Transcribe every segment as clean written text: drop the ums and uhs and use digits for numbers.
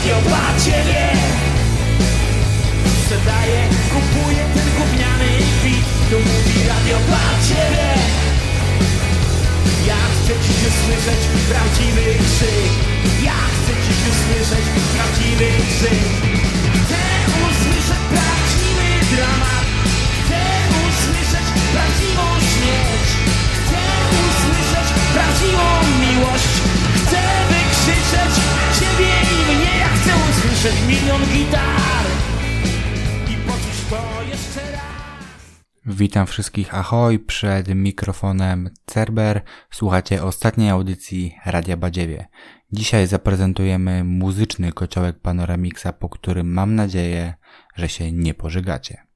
radio dla ciebie. Sprzedaję, kupuję ten gówniany kwit. Tu mówi radio dla ciebie. Ja chcę dziś usłyszeć prawdziwy krzyk. Ja chcę dziś usłyszeć prawdziwy krzyk. Chcę usłyszeć prawdziwy dramat. Chcę usłyszeć prawdziwą śmierć. Chcę usłyszeć prawdziwą miłość. Chcę wykrzyczeć ciebie i mnie. Ja chcę usłyszeć milion gitar i poczuć to jeszcze raz. Witam wszystkich, ahoj, przed mikrofonem Cerber. Słuchacie ostatniej audycji Radia Badziewie. Dzisiaj zaprezentujemy muzyczny kociołek Panoramixa, po którym mam nadzieję, że się nie pożygacie.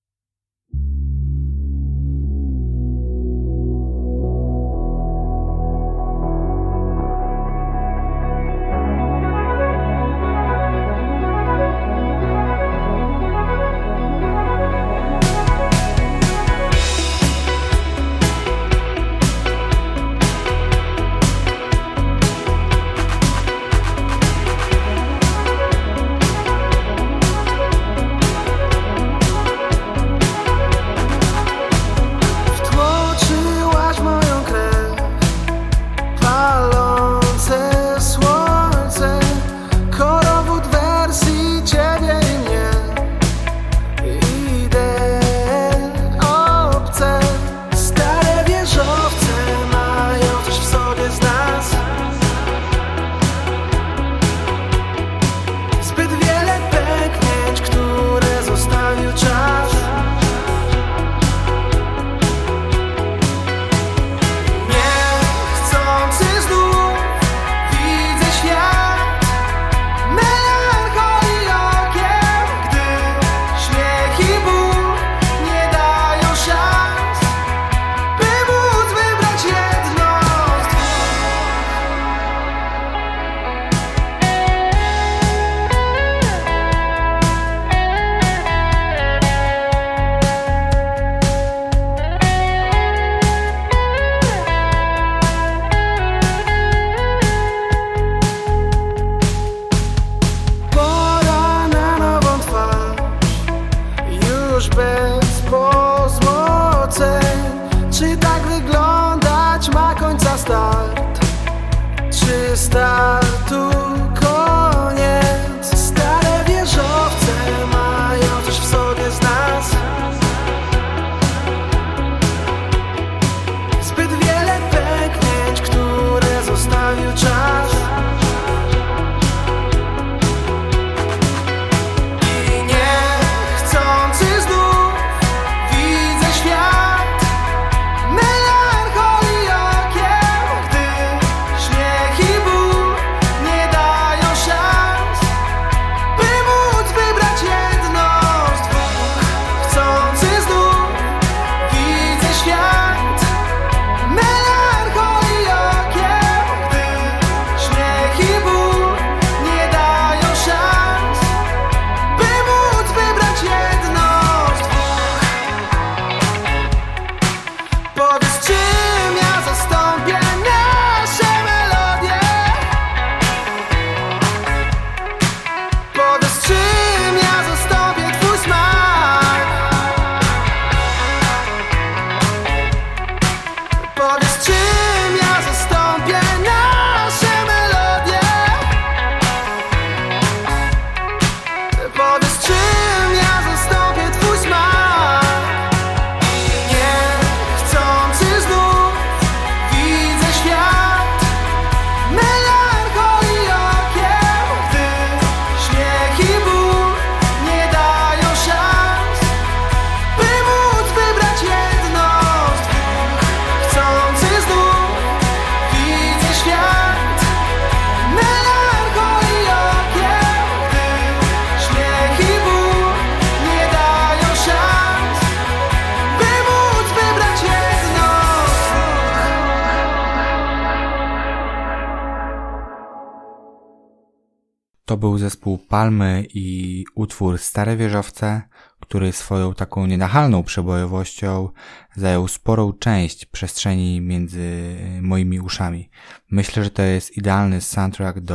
To był zespół Palmy i utwór Stare Wieżowce, który swoją taką nienachalną przebojowością zajął sporą część przestrzeni między moimi uszami. Myślę, że to jest idealny soundtrack do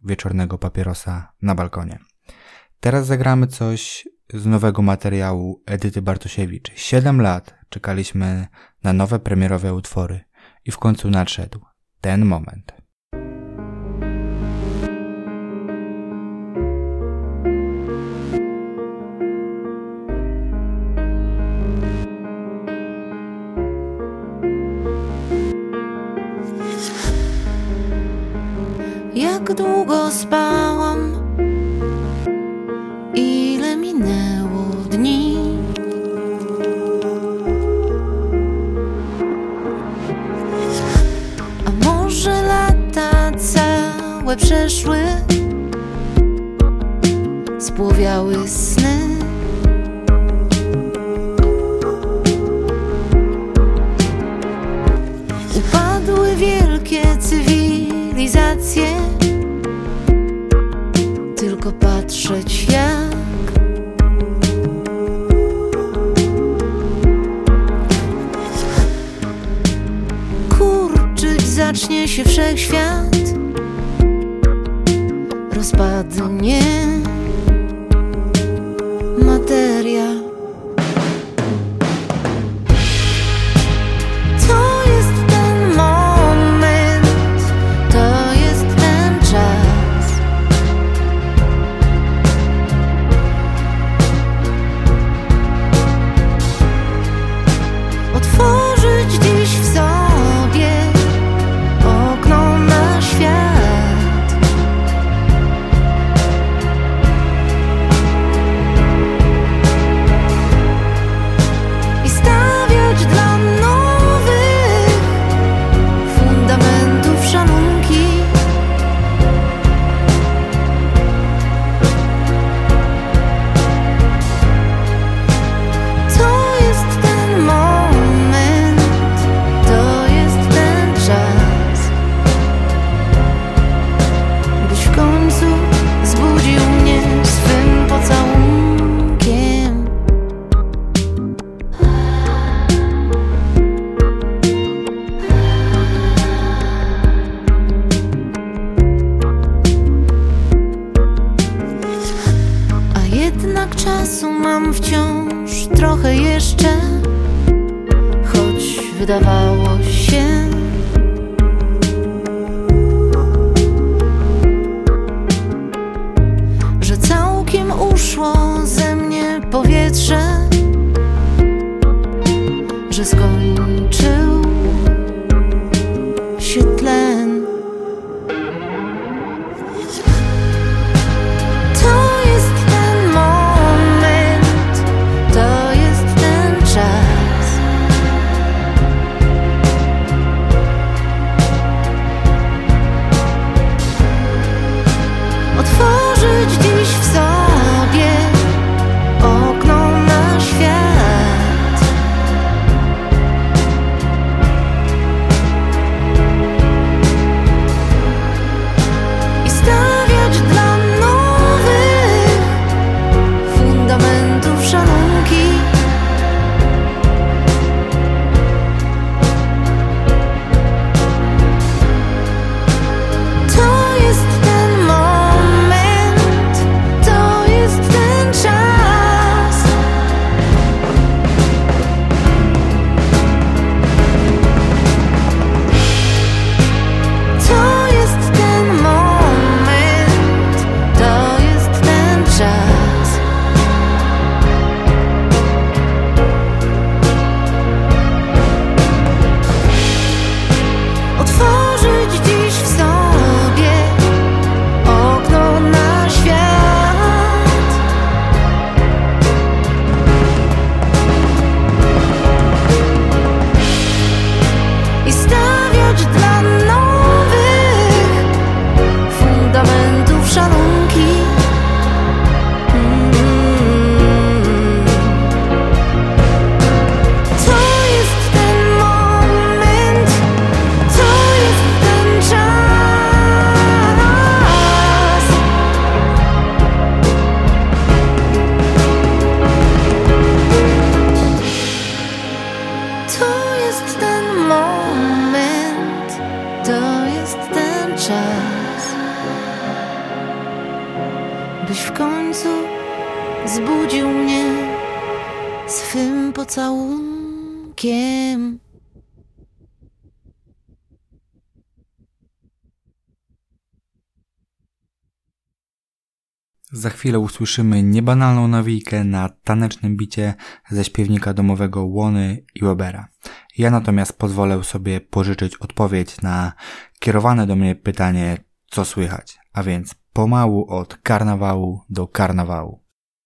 wieczornego papierosa na balkonie. Teraz zagramy coś z nowego materiału Edyty Bartosiewicz. 7 lat czekaliśmy na nowe premierowe utwory i w końcu nadszedł ten moment. Jak długo spałam, ile minęło dni, a może lata całe przeszły, spłowiały sny. Upadły wielkie cywilizacje, tylko patrzeć jak kurczyć zacznie się wszechświat, rozpadnie materia. To jest ten moment, to jest ten czas. Otworzyć dziś w sobie okno na świat. I stawiać dla nowych fundamentów szanunki. To jest ten moment, to jest ten czas, byś w końcu zbudził mnie swym pocałunkiem. A jednak czasu mam wciąż trochę jeszcze, choć wydawało się, że całkiem uszło ze mnie powietrze, że skończył się tlen. To jest ten moment, to jest ten czas. Otworzyć dziś w sobie okno na świat. byś w końcu zbudził mnie swym pocałunkiem. Za chwilę usłyszymy niebanalną nawijkę na tanecznym bicie ze śpiewnika domowego Łony i Webera. Ja natomiast pozwolę sobie pożyczyć odpowiedź na kierowane do mnie pytanie, co słychać, a więc pomału od karnawału do karnawału.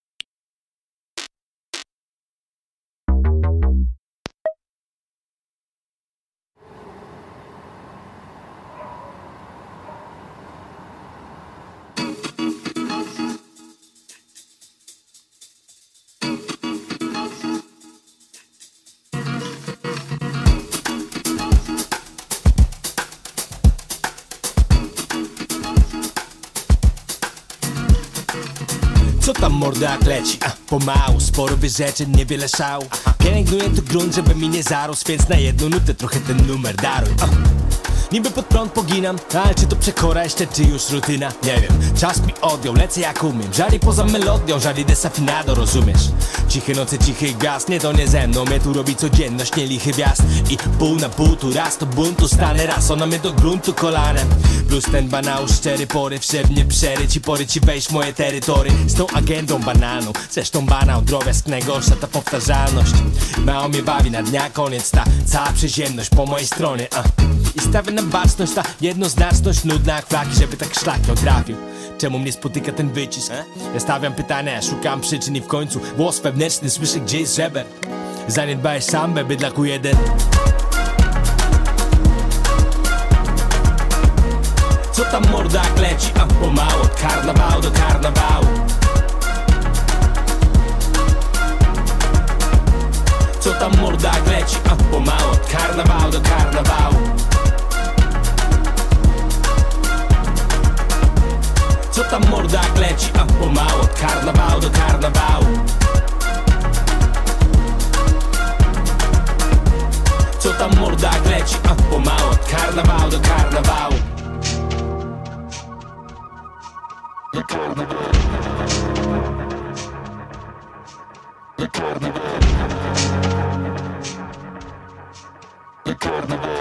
Co tam morda leci? Pomału, sporo wyrzeczeń, niewiele szału. Pielęgnuję tu grunt, żeby mi nie zarósł, więc na jedną nutę trochę ten numer daruj. Niby pod prąd poginam, ale czy to przekora jeszcze, czy już rutyna? Nie wiem, czas mi odjął, lecę jak umiem. Żali poza melodią, żali desafinado, rozumiesz? Ciche noce, cichy gaz, nie to nie ze mną. Mnie tu robi codzienność, nie lichy wjazd. I pół na pół, tu raz to buntu stanę, raz ona mnie do gruntu kolanem. Plus ten banał, szczery poryw, szewnie przeryć i pory ci wejść w moje terytory. Z tą agendą banalną, zresztą banał, drobiazg najgorsza ta powtarzalność. Mało mnie bawi na dnia koniec, ta cała przyziemność po mojej stronie, I stawię na baczność, ta jednoznaczność nudna jak flaki, żeby tak szlak nie trafił. Czemu mnie spotyka ten wycisk? Ja stawiam pytania, szukam przyczyn i w końcu głos wewnętrzny słyszę gdzieś żeber. Zaniedbałeś sambę, bydlaku jeden. Co tam mordak leci? Pomału od karnawału do karnawału. Co tam mordak leci? Pomału od karnawału do karnawału. Co tam mordak leci? Pomału od karnawału do karnawału. Co tam mordak leci? Pomału od karnawału do karnawału. Do karnawału. Do karnawału. Do karnawału.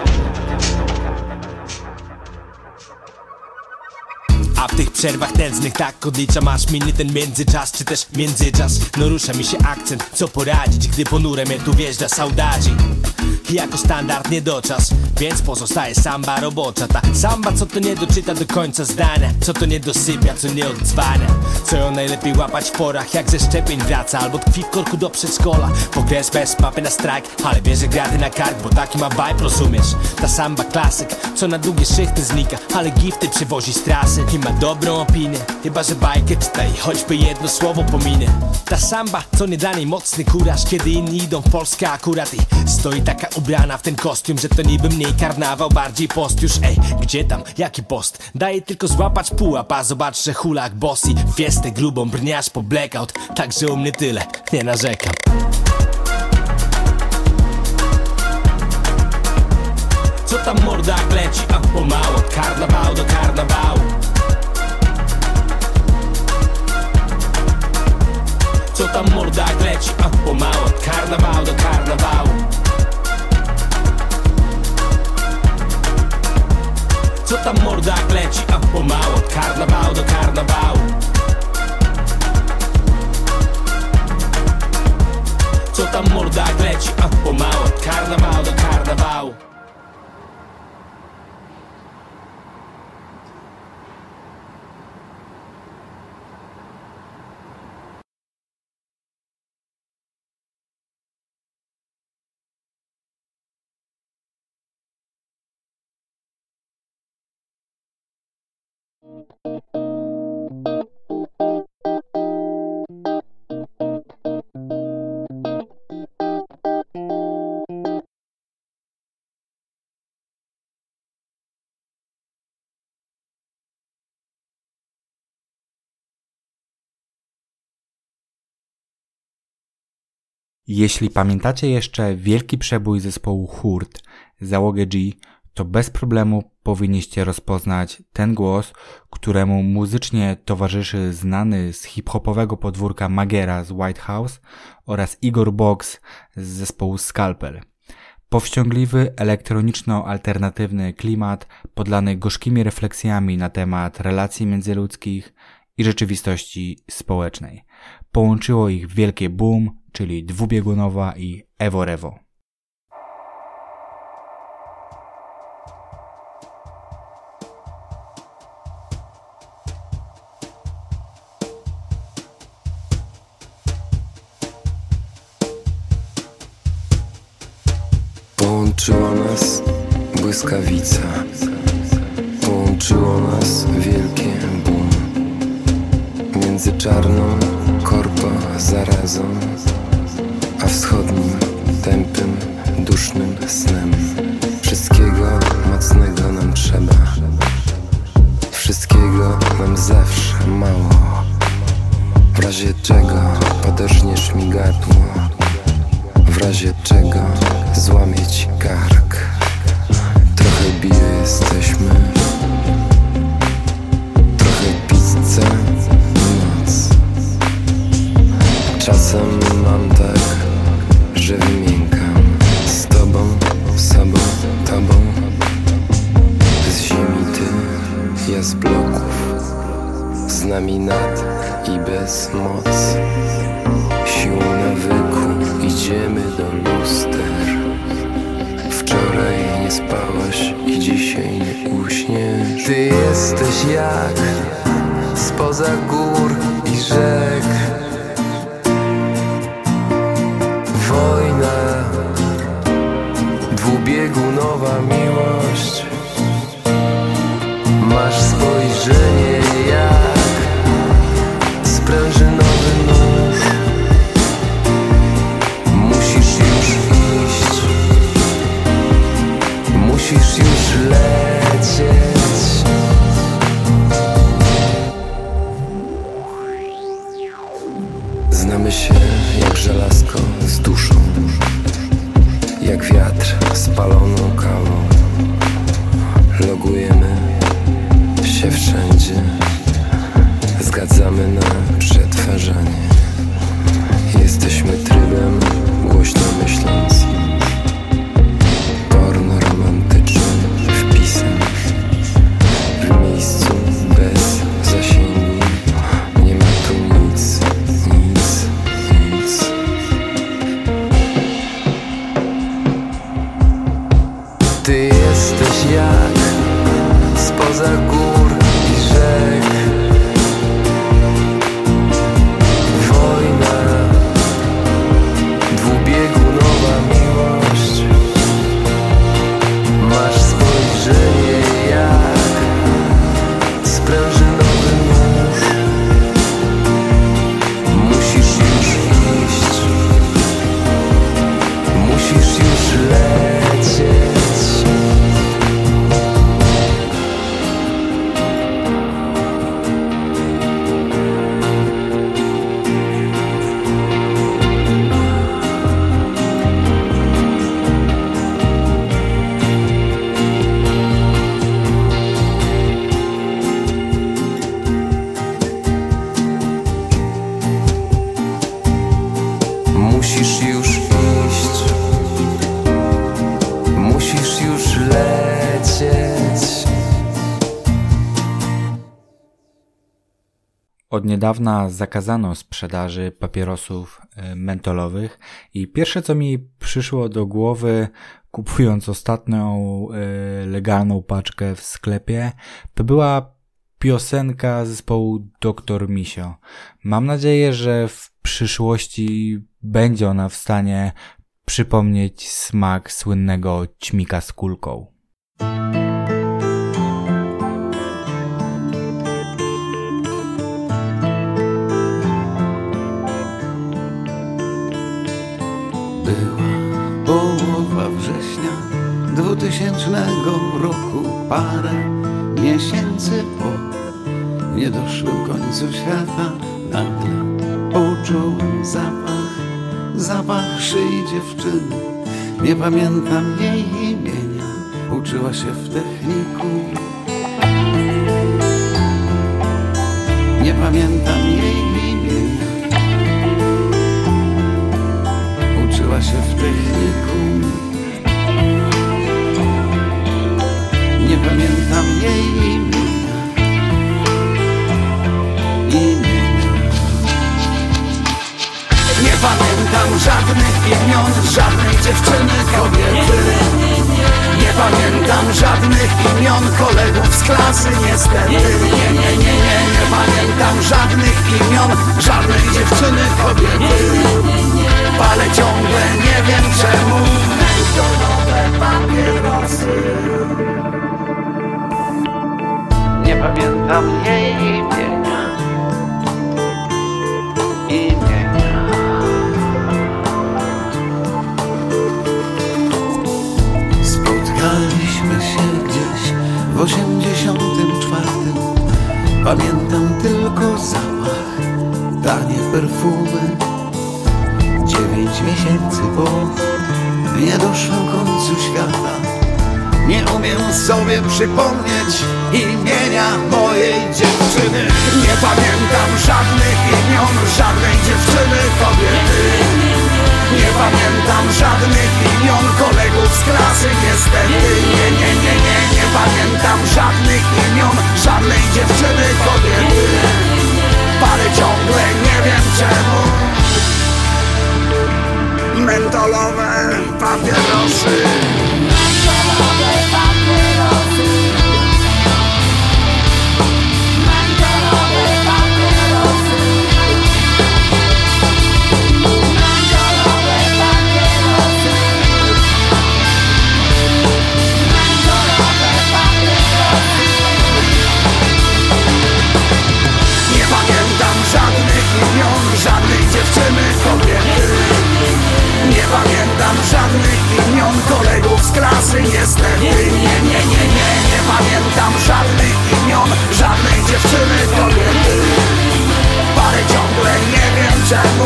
A w tych przerwach tętnych tak odliczam, aż minie ten międzyczas, czy też międzyczas. No rusza mi się akcent, co poradzić, gdy ponure mnie tu wjeżdża saudadzi. Jako standard niedoczas, więc pozostaje samba robocza. Ta samba, co to nie doczyta do końca zdania, co to nie dosypia, co nie odzwania. Co ją najlepiej łapać w porach, jak ze szczepień wraca, albo tkwi w korku do przedszkola. Pokres bez mapy na strajk, ale bierze graty na kark, bo taki ma vibe, rozumiesz? Ta samba klasyk, co na długie szychty znika, ale gifty przywozi z trasy. I ma dobrą opinię, chyba że bajkę czyta i choćby jedno słowo pominę. Ta samba, co nie dla niej mocny kuraż, kiedy inni idą w Polskę akurat i stoi taka ubrana w ten kostium, że to niby mniej karnawał, bardziej post już. Ej, gdzie tam, jaki post? Daje tylko złapać pułap, a zobacz, że hulak bossy fiestę grubą brniasz po blackout. Także u mnie tyle, nie narzekam. Co tam mordak leci? Pomału od karnawału do karnawału. Co tam mordak leci? Pomału od karnawału do karnawału. Co tam mordak leci? Pomału od karnawału do karnawału. Co tam mordak leci? Pomału od karnawału do karnawału. Jeśli pamiętacie jeszcze wielki przebój zespołu Hurt, Załogę G, to bez problemu powinniście rozpoznać ten głos, któremu muzycznie towarzyszy znany z hip-hopowego podwórka Magiera z White House oraz Igor Box z zespołu Scalpel. Powściągliwy, elektroniczno-alternatywny klimat podlany gorzkimi refleksjami na temat relacji międzyludzkich i rzeczywistości społecznej. Połączyło ich wielkie boom, czyli dwubiegunowa i Evo Revo. Połączyła nas błyskawica, połączyło nas wielkie boom. Między czarną korpo zarazą, a wschodnim tępym, dusznym snem. Wszystkiego mocnego nam trzeba, wszystkiego nam zawsze mało. W razie czego poderżniesz mi gardło, w razie czego złamie ci kark. Trochę bio jesteśmy, trochę pizza noc. Czasem mam tak, że wymiękam z tobą, sobą, tobą. Z ziemi ty, ja z bloków, z nami nad i bez moc. Siłą nawyku idziemy do luster. Wczoraj nie spałaś i dzisiaj nie uśniesz. Ty jesteś jak spoza gór i rzek. Wojna, dwubiegunowa miłość. Masz spojrzenie jak sprężynowy nóż. Musisz już iść, musisz już lecieć. Znamy się jak żelazko z duszą, jak wiatr spaloną kawą. Logujemy się wszędzie, zgadzamy na przetwarzanie. Jesteśmy trybem głośno myślącym, porno romantycznym wpisem. W miejscu bez zasięgu nie ma tu nic, nic, nic. Ty jesteś jak spoza gór i rzek. Wojna, dwubiegunowa miłość. Masz spojrzenie jak sprężynowy nóż. Musisz już iść, musisz już lecieć. Musisz już iść, musisz już lecieć. Od niedawna zakazano sprzedaży papierosów mentolowych i pierwsze co mi przyszło do głowy, kupując ostatnią legalną paczkę w sklepie, to była piosenka zespołu Dr. Misio. Mam nadzieję, że w przyszłości będzie ona w stanie przypomnieć smak słynnego ćmika z kulką. Była połowa września 2000 roku, parę miesięcy po niedoszłym końcu świata. Nagle poczułem zapach szyi dziewczyny. Nie pamiętam jej imienia, uczyła się w technikum. Nie pamiętam jej imienia. Uczyła się w technikum. Nie pamiętam jej imienia. Nie pamiętam żadnych imion, żadnej dziewczyny, kobiety. Nie pamiętam żadnych imion kolegów z klasy, niestety. Nie pamiętam żadnych imion, żadnej dziewczyny, kobiety. Palę ciągle, nie wiem czemu. Mentolowe papierosy. Nie pamiętam jej imienia. Spotkaliśmy się gdzieś w 84. Pamiętam tylko zapach, tanie perfumy. 9 miesięcy po niedoszłym końcu świata. Nie umiem sobie przypomnieć imienia mojej dziewczyny. Nie pamiętam żadnych imion, żadnej dziewczyny, kobiety. Nie pamiętam żadnych imion kolegów z klasy, niestety. Nie pamiętam żadnych imion, żadnej dziewczyny, kobiety. Palę ciągle, nie wiem czemu. Mentolowe papierosy. Mentolowe papierosy. Mentolowe papierosy. Mentolowe papierosy. Mentolowe papierosy. Nie pamiętam żadnych imion, żadnej dziewczyny, kobiety. Nie pamiętam żadnych imion kolegów z klasy, niestety. Nie pamiętam żadnych imion, żadnej dziewczyny, kobiety. Palę ciągle, nie wiem czemu.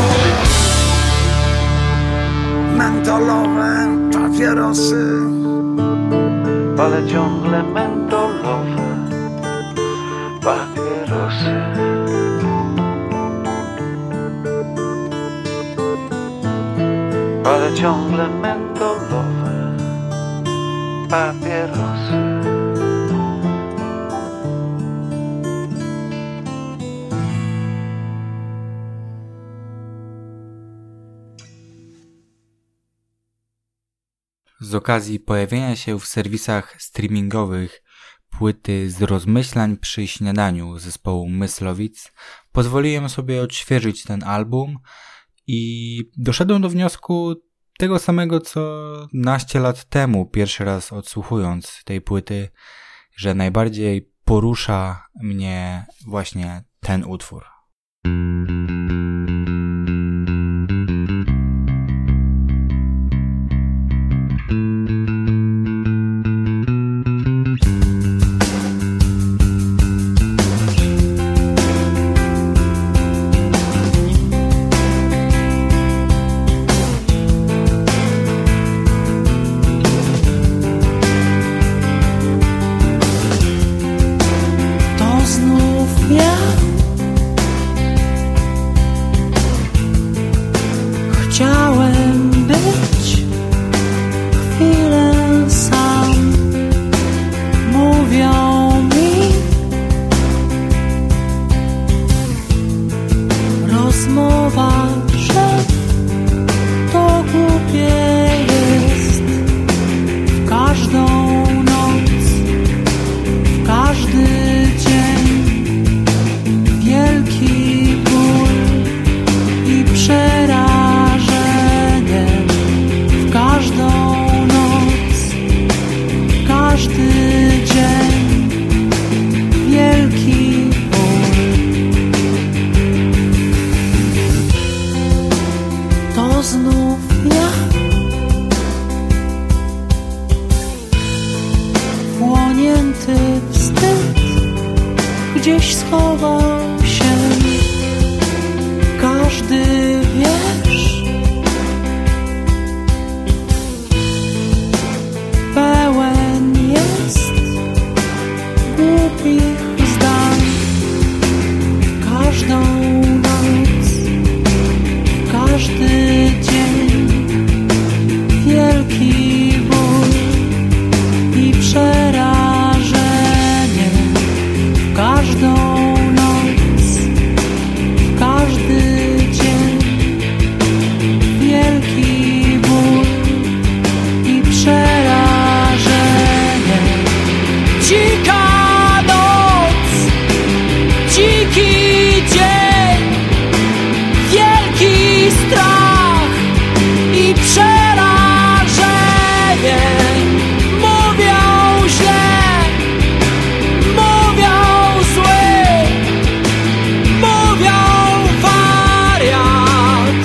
Mentolowe papierosy. Palę ciągle mentolowe papierosy. Palę ciągle mentolowe papierosy. Z okazji pojawienia się w serwisach streamingowych płyty z rozmyślań przy śniadaniu zespołu Myslowic, pozwoliłem sobie odświeżyć ten album i doszedłem do wniosku tego samego co naście lat temu, pierwszy raz odsłuchując tej płyty, że najbardziej porusza mnie właśnie ten utwór. każdą noc, w każdy dzień wielki ból i przerażenie. W każdą noc, w każdy dzień wielki ból i przerażenie. Dzika noc, dziki dzień, wielki strach i przerażenie. Mówią źle, mówią zły, mówią wariat.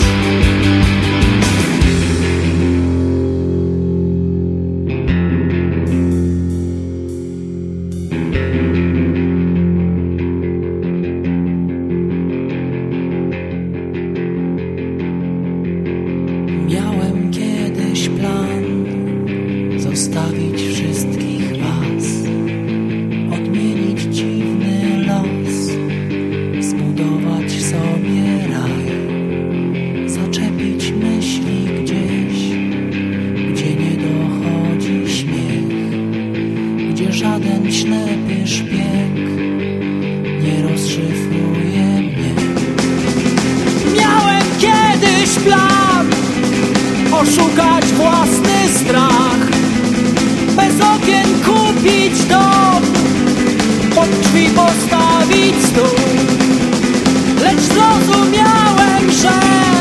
Miałem kiedyś plan zostawić wszystkich was, odmienić dziwny los, zbudować sobie raj, zaczepić myśli gdzieś, gdzie nie dochodzi śmiech, gdzie żaden ślepy szpieg nie rozszyfruje mnie. Miałem kiedyś plan oszukać własny strach, bez okien kupić dom, pod drzwi postawić stół. Lecz zrozumiałem, że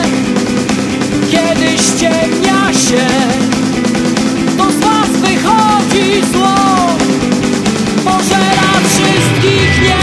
kiedy ściemnia się, to z was wychodzi zło, pożera wszystkich nie.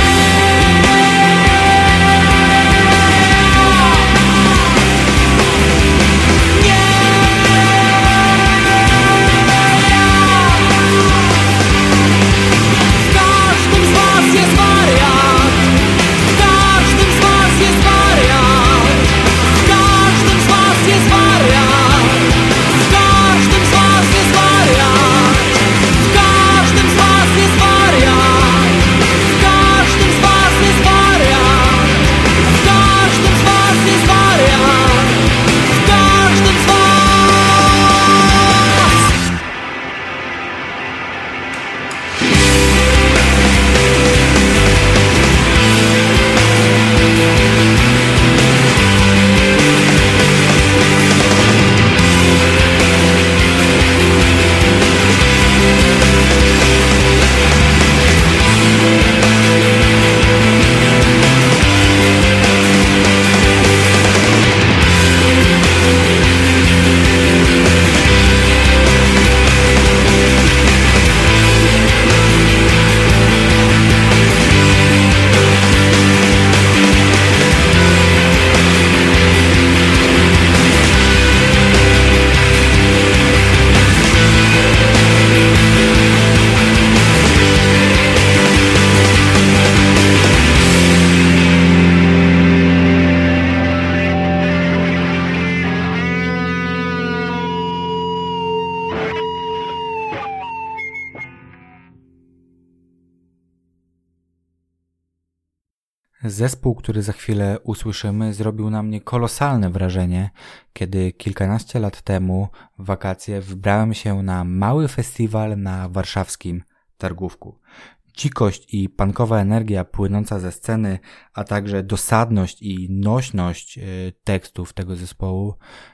Zespół, który za chwilę usłyszymy, zrobił na mnie kolosalne wrażenie, kiedy kilkanaście lat temu w wakacje wybrałem się na mały festiwal na warszawskim Targówku. Dzikość i punkowa energia płynąca ze sceny, a także dosadność i nośność tekstów tego zespołu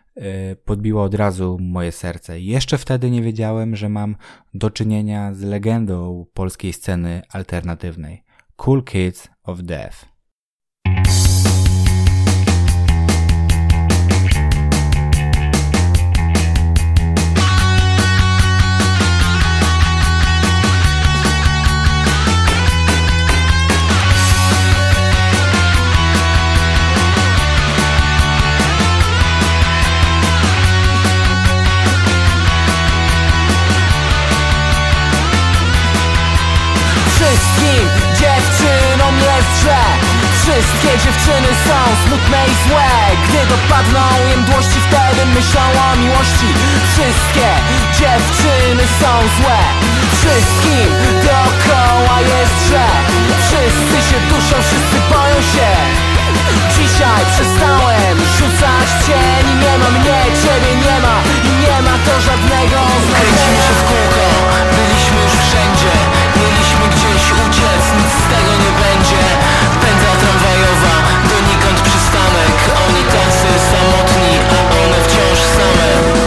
podbiła od razu moje serce. Jeszcze wtedy nie wiedziałem, że mam do czynienia z legendą polskiej sceny alternatywnej. Cool Kids of Death. Wszystkim dziewczynom jest źle. Wszystkie dziewczyny są smutne i złe. Gdy dopadną je mdłości, wtedy myślą o miłości. Wszystkie dziewczyny są złe. Wszystkim dookoła jest źle. Wszyscy się duszą, wszyscy boją się. ciebie nie ma i nie ma to żadnego znaczenia. Kręcimy się w kółko, byliśmy już wszędzie, mieliśmy gdzieś uciec, nic z tego nie będzie. Pętla tramwajowa, donikąd przystanek, oni tacy samotni, a one wciąż same.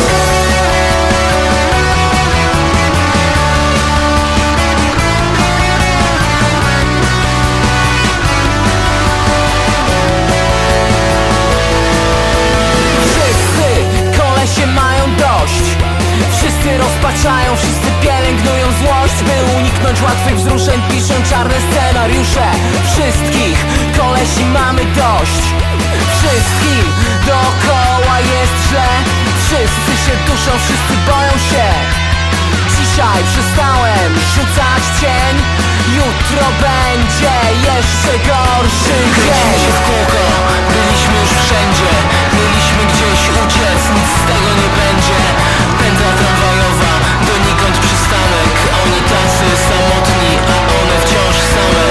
Wszyscy rozpaczają, wszyscy pielęgnują złość, by uniknąć łatwych wzruszeń, piszą czarne scenariusze. Wszystkich kolesi mamy dość. Wszystkim dookoła jest źle. Wszyscy się duszą, wszyscy boją się. Dzisiaj przestałem rzucać cień, jutro będzie jeszcze gorszy dzień. Kręcimy się w kółko, byliśmy już wszędzie, mieliśmy gdzieś uciec, nic z tego nie będzie. Pętla tramwajowa, donikąd przystanek, oni tacy samotni, a one wciąż same.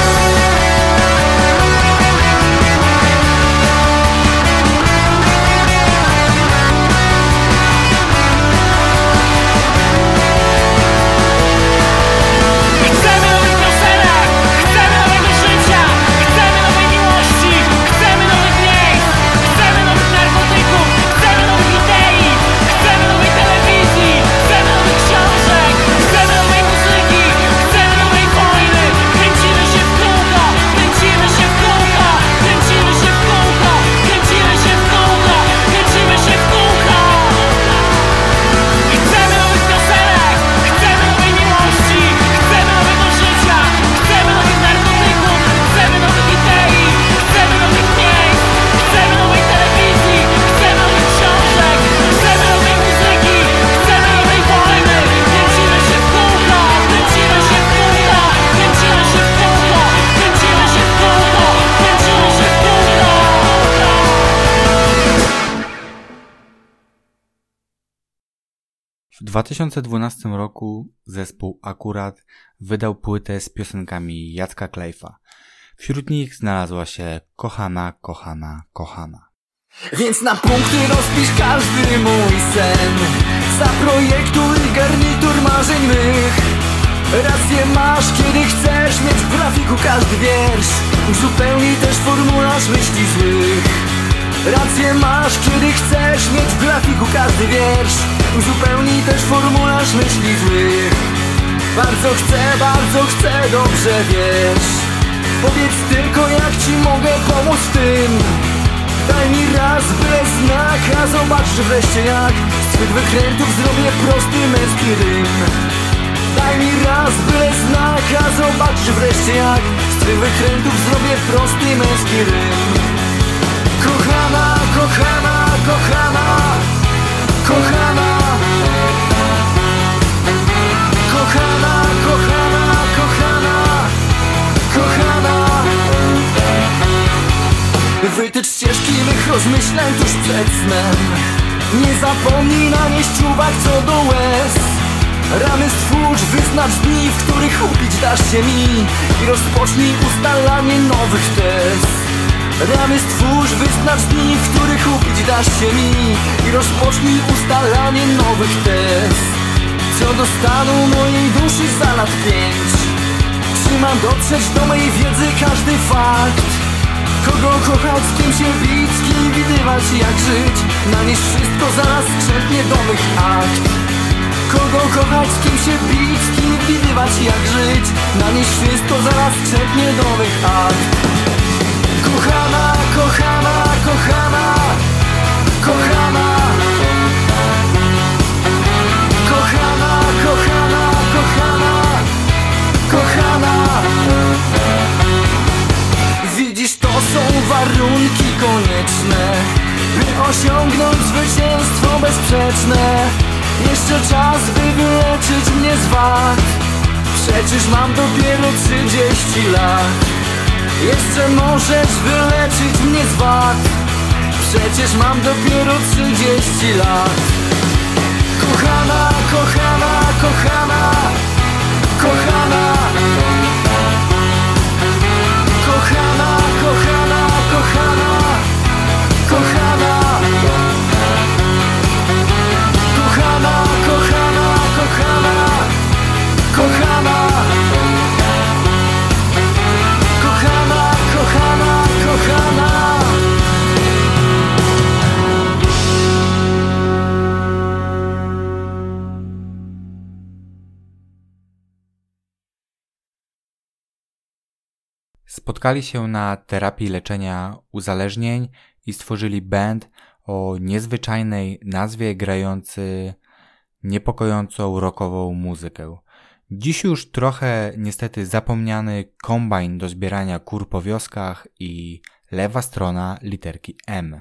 Chcemy nowych piosenek, chcemy nowego życia, chcemy nowej miłości, chcemy nowych miejsc, chcemy nowych narkotyków, chcemy nowych idei, chcemy nowej telewizji, chcemy nowych książek, chcemy nowej muzyki, chcemy nowej wojny. Kręcimy się w kółko, kręcimy się w kółko, kręcimy się w kółko, kręcimy się w kółko, kręcimy się w kółko. Chcemy nowych piosenek, chcemy nowej miłości, chcemy nowego życia, chcemy nowych narkotyków, chcemy nowych idei, chcemy nowych miejsc, chcemy nowej telewizji, chcemy nowych książek, chcemy nowej muzyki, chcemy nowej wojny. Kręcimy się w kółko, kręcimy się w kółko, kręcimy się w kółko, kręcimy się w kółko, kręcimy się w kółko. W 2012 roku zespół Akurat wydał płytę z piosenkami Jacka Klejfa. Wśród nich znalazła się Kochana, kochana, kochana. Więc na punkty rozpisz każdy mój sen, zaprojektuj garnitur marzeń mych. Rację masz, kiedy chcesz mieć w grafiku każdy wiersz, uzupełnij też formularz myśli złych. Rację masz, kiedy chcesz mieć w grafiku każdy wiersz, uzupełnij też formularz myśli złych. Bardzo chcę, dobrze wiesz. Powiedz tylko, jak ci mogę pomóc w tym. Daj mi raz byle znak, a zobacz wreszcie, jak z twych wykrętów zrobię prosty męski rym. Daj mi raz byle znak, a zobacz wreszcie, jak z twych wykrętów zrobię prosty męski rym. Kochana, kochana, kochana, kochana, kochana, kochana, kochana, kochana. Wytycz ścieżki mych rozmyślań tuż przed snem. Nie zapomnij nanieść uwag co do łez. Ramy stwórz, wyznacz dni, w których upić dasz się mi i rozpocznij ustalanie nowych tez. Ramy stwórz, wyznacz dni, w których upić dasz się mi i rozpocznij ustalanie nowych tez. Co do stanu mojej duszy za lat 5, czy ma dotrzeć do mej wiedzy każdy fakt? Kogo kochać, z kim się bić, z kim widywać, jak żyć? Nanieść wszystko zaraz skrzętnie do mych akt. Kogo kochać, z kim się bić, z kim widywać, jak żyć? Nanieść wszystko zaraz skrzętnie do mych akt. Kochana, kochana, kochana, kochana, kochana, kochana, kochana, kochana. Widzisz, to są warunki konieczne, by osiągnąć zwycięstwo bezsprzeczne. Jeszcze czas, by wyleczyć mnie z wad. Przecież mam dopiero 30 lat. Jeszcze możesz wyleczyć mnie z wad. Przecież mam dopiero 30 lat. Kochana, kochana, kochana, kochana, kochana, kochana, kochana, kochana. spotkali się na terapii leczenia uzależnień i stworzyli band o niezwyczajnej nazwie grający niepokojącą rockową muzykę. Dziś już trochę niestety zapomniany kombajn do zbierania kur po wioskach i lewa strona literki M.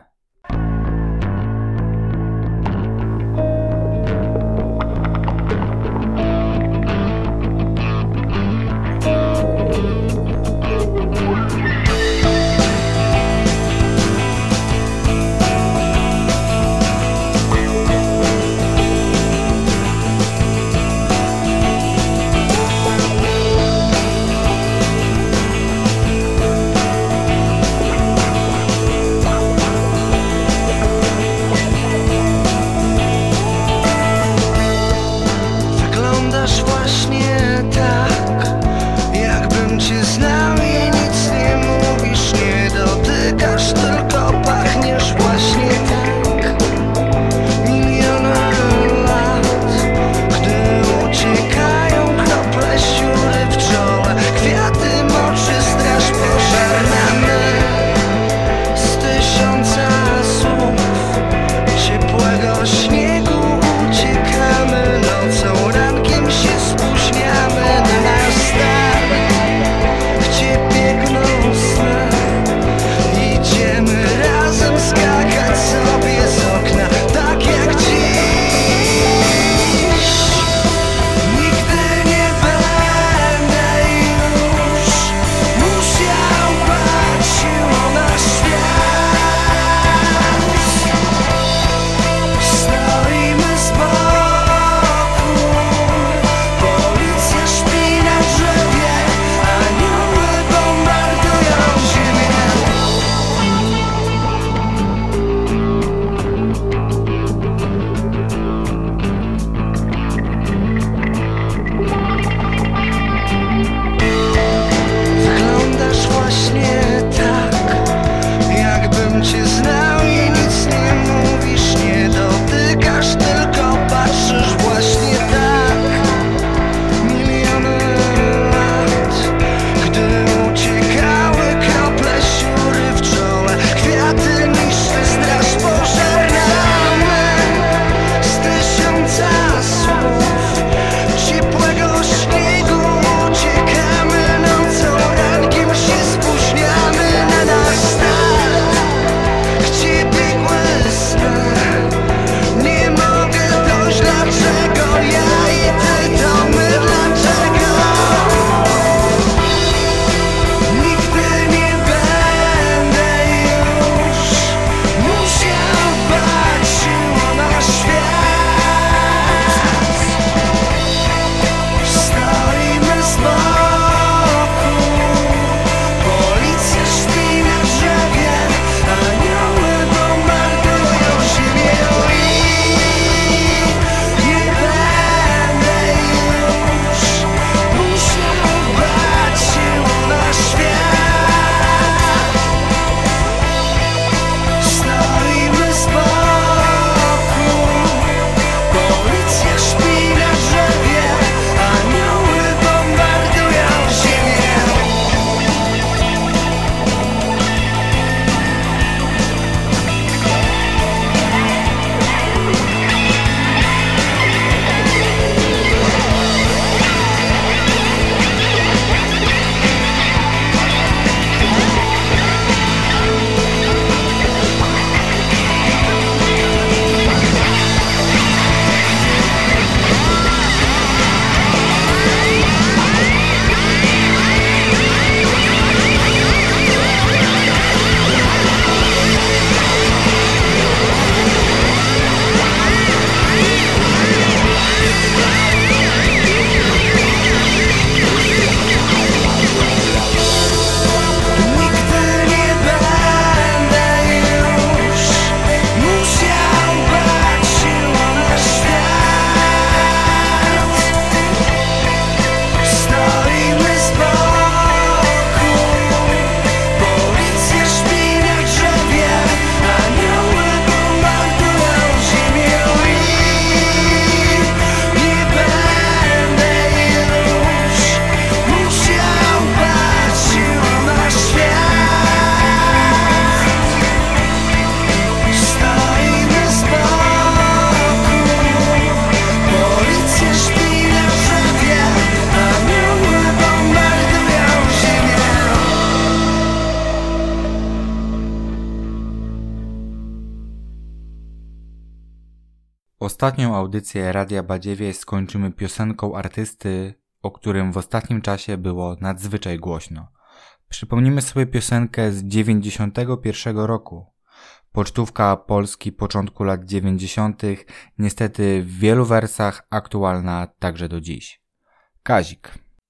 Ostatnią audycję Radia Badziewie skończymy piosenką artysty, o którym w ostatnim czasie było nadzwyczaj głośno. Przypomnimy sobie piosenkę z 91 roku. Pocztówka Polski początku lat 90. niestety w wielu wersach aktualna także do dziś. Kazik.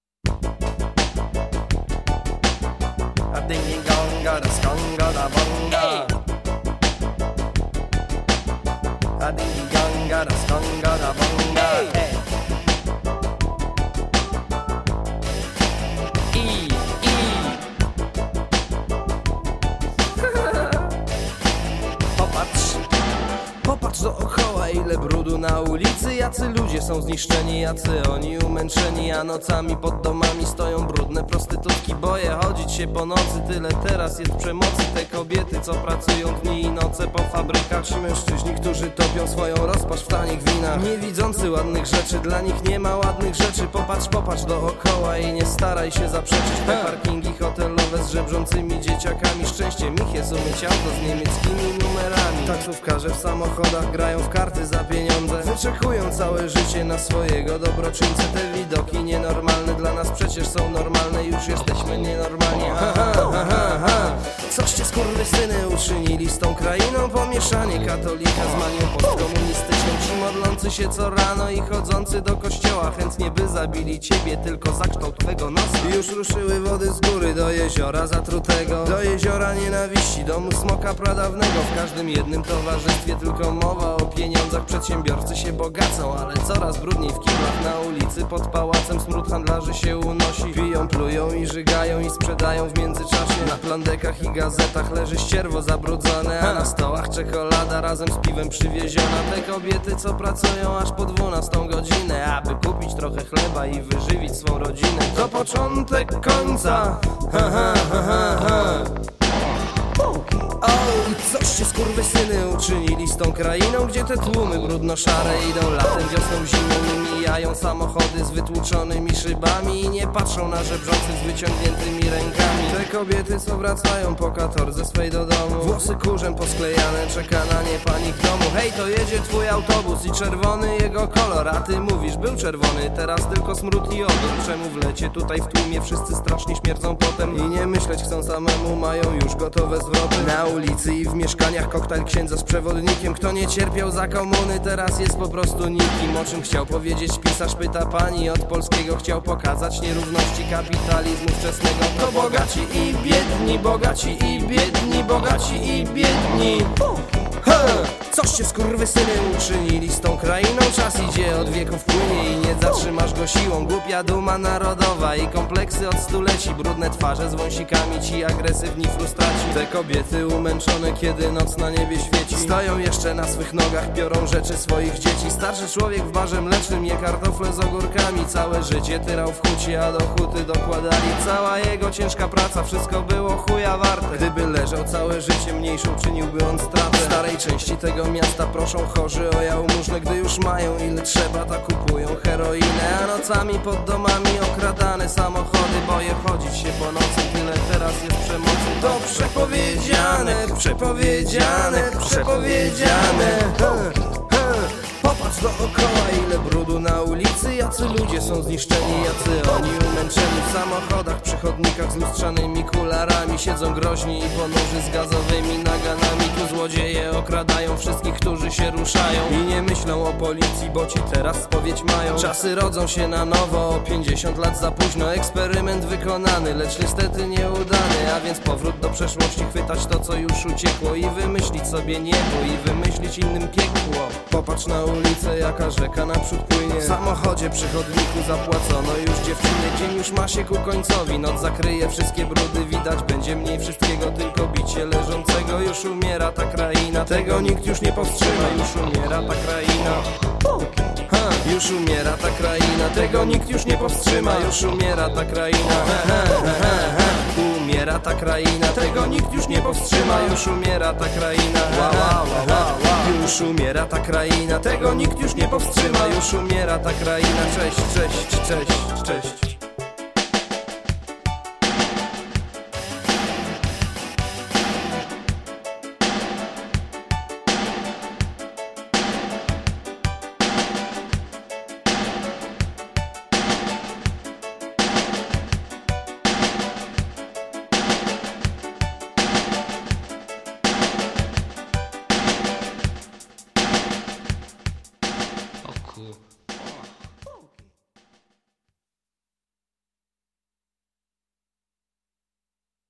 Popatrz dookoła, ile brudu na ulicy. Jacy ludzie są zniszczeni, jacy oni umęczeni. A nocami pod domami stoją brudne prostytutki. Boję chodzić się po nocy, tyle teraz jest przemocy. Te kobiety, co pracują dni i noce po fabrykach. Ci mężczyźni, którzy topią swoją rozpacz w tanich winach. Nie widzący ładnych rzeczy, dla nich nie ma ładnych rzeczy. Popatrz dookoła i nie staraj się zaprzeczyć. Te parkingi hotelowe z żebrzącymi dzieciakami. Szczęście mich jest umyć auto z niemieckimi numerami. Taksówkarze w samochodach grają w karty za pieniądze. Wyczekują całe życie na swojego dobroczyńcę. Te widoki nienormalne dla nas przecież są normalne. Już jesteśmy nienormalni. Coście skurwysyny uczynili z tą krainą. Pomieszanie katolika z manią postkomunistyczną. Ci modlący się co rano i chodzący do kościoła. Chętnie by zabili ciebie tylko za kształt twego nosa. Już ruszyły wody z góry do jeziora zatrutego. Do jeziora nienawiści, domu smoka pradawnego. W każdym jednym towarzystwie tylko mowa o pieniądzach. Przedsiębiorcy się bogacą, ale coraz brudniej w kiblach. Na ulicy pod pałacem smród handlarzy się unosi. Piją, plują i żygają i sprzedają w międzyczasie. Na plandekach i gazetach leży ścierwo zabrudzone, a na stołach czekolada razem z piwem przywieziona. Te kobiety, co pracują aż po 12 godzinę, aby kupić trochę chleba i wyżywić swą rodzinę. To początek końca. Coście skurwysyny uczynili z tą krainą, gdzie te tłumy brudno-szare idą latem, wiosną, zimą i mijają samochody z wytłuczonymi szybami i nie patrzą na żebrzących z wyciągniętymi rękami. Te kobiety, co wracają po katorze swej do domu, włosy kurzem posklejane, czeka na nie pani w domu. Hej, to jedzie twój autobus i czerwony jego kolor, a ty mówisz, był czerwony, teraz tylko smród i odór. Czemu w lecie tutaj w tłumie wszyscy strasznie śmierdzą potem i nie myśleć chcą samemu, mają już gotowe zwroty. Na ulicy i w mieszkaniach koktajl księdza z przewodnikiem. Kto nie cierpiał za komuny, teraz jest po prostu nikim. O czym chciał powiedzieć pisarz, pyta pani. Od polskiego chciał pokazać nierówności kapitalizmu wczesnego. To bogaci i biedni, bogaci i biedni, bogaci i biedni. Coście skurwysyny uczynili z tą krainą. Czas idzie, od wieków płynie i nie zatrzymasz go siłą. Głupia duma narodowa i kompleksy od stuleci. Brudne twarze z wąsikami, ci agresywni frustraci. Te kobiety umęczone, kiedy noc na niebie świeci, stoją jeszcze na swych nogach, biorą rzeczy swoich dzieci. Starszy człowiek w barze mlecznym je kartofle z ogórkami. Całe życie tyrał w hucie, a do huty dokładali. Cała jego ciężka praca, wszystko było chuja warte. Gdyby leżał całe życie, mniejszą czyniłby on stratę. W starej części tego miasta proszą chorzy o jałmużnę. Gdy już mają ile trzeba, tak kupują heroinę. A nocami pod domami okradane samochody. Boję chodzić się po nocy, tyle teraz jest przemocy. To przepowiedziane, przepowiedziane, przepowiedziane. Popatrz dookoła, ile brudu na ulicy. Jacy ludzie są zniszczeni, jacy oni umęczeni. W samochodach, przy chodnikach z lustrzanymi kularami siedzą groźni i ponurzy z gazowymi naganami. Tu złodzieje okradają wszystkich, którzy się ruszają i nie myślą o policji, bo ci teraz spowiedź mają. Czasy rodzą się na nowo, o 50 lat za późno. Eksperyment wykonany, lecz niestety nieudany. A więc powrót do przeszłości, chwytać to, co już uciekło i wymyślić sobie niebo i wymyślić innym piekło. Popatrz na ulicę, jaka rzeka naprzód płynie. W samochodzie przy chodniku zapłacono już dziewczynie. Dzień już ma się ku końcowi, noc zakryje wszystkie brudy. Widać będzie mniej wszystkiego, tylko bicie leżącego. Już umiera ta kraina, tego nikt już nie powstrzyma. Już umiera ta kraina. Już umiera ta kraina, tego nikt już nie powstrzyma. Już umiera ta kraina. Umiera ta kraina, tego nikt już nie powstrzyma. Już umiera ta kraina. Już umiera ta kraina, tego nikt już nie powstrzyma. Już umiera ta kraina. Cześć, cześć, cześć, cześć. prostu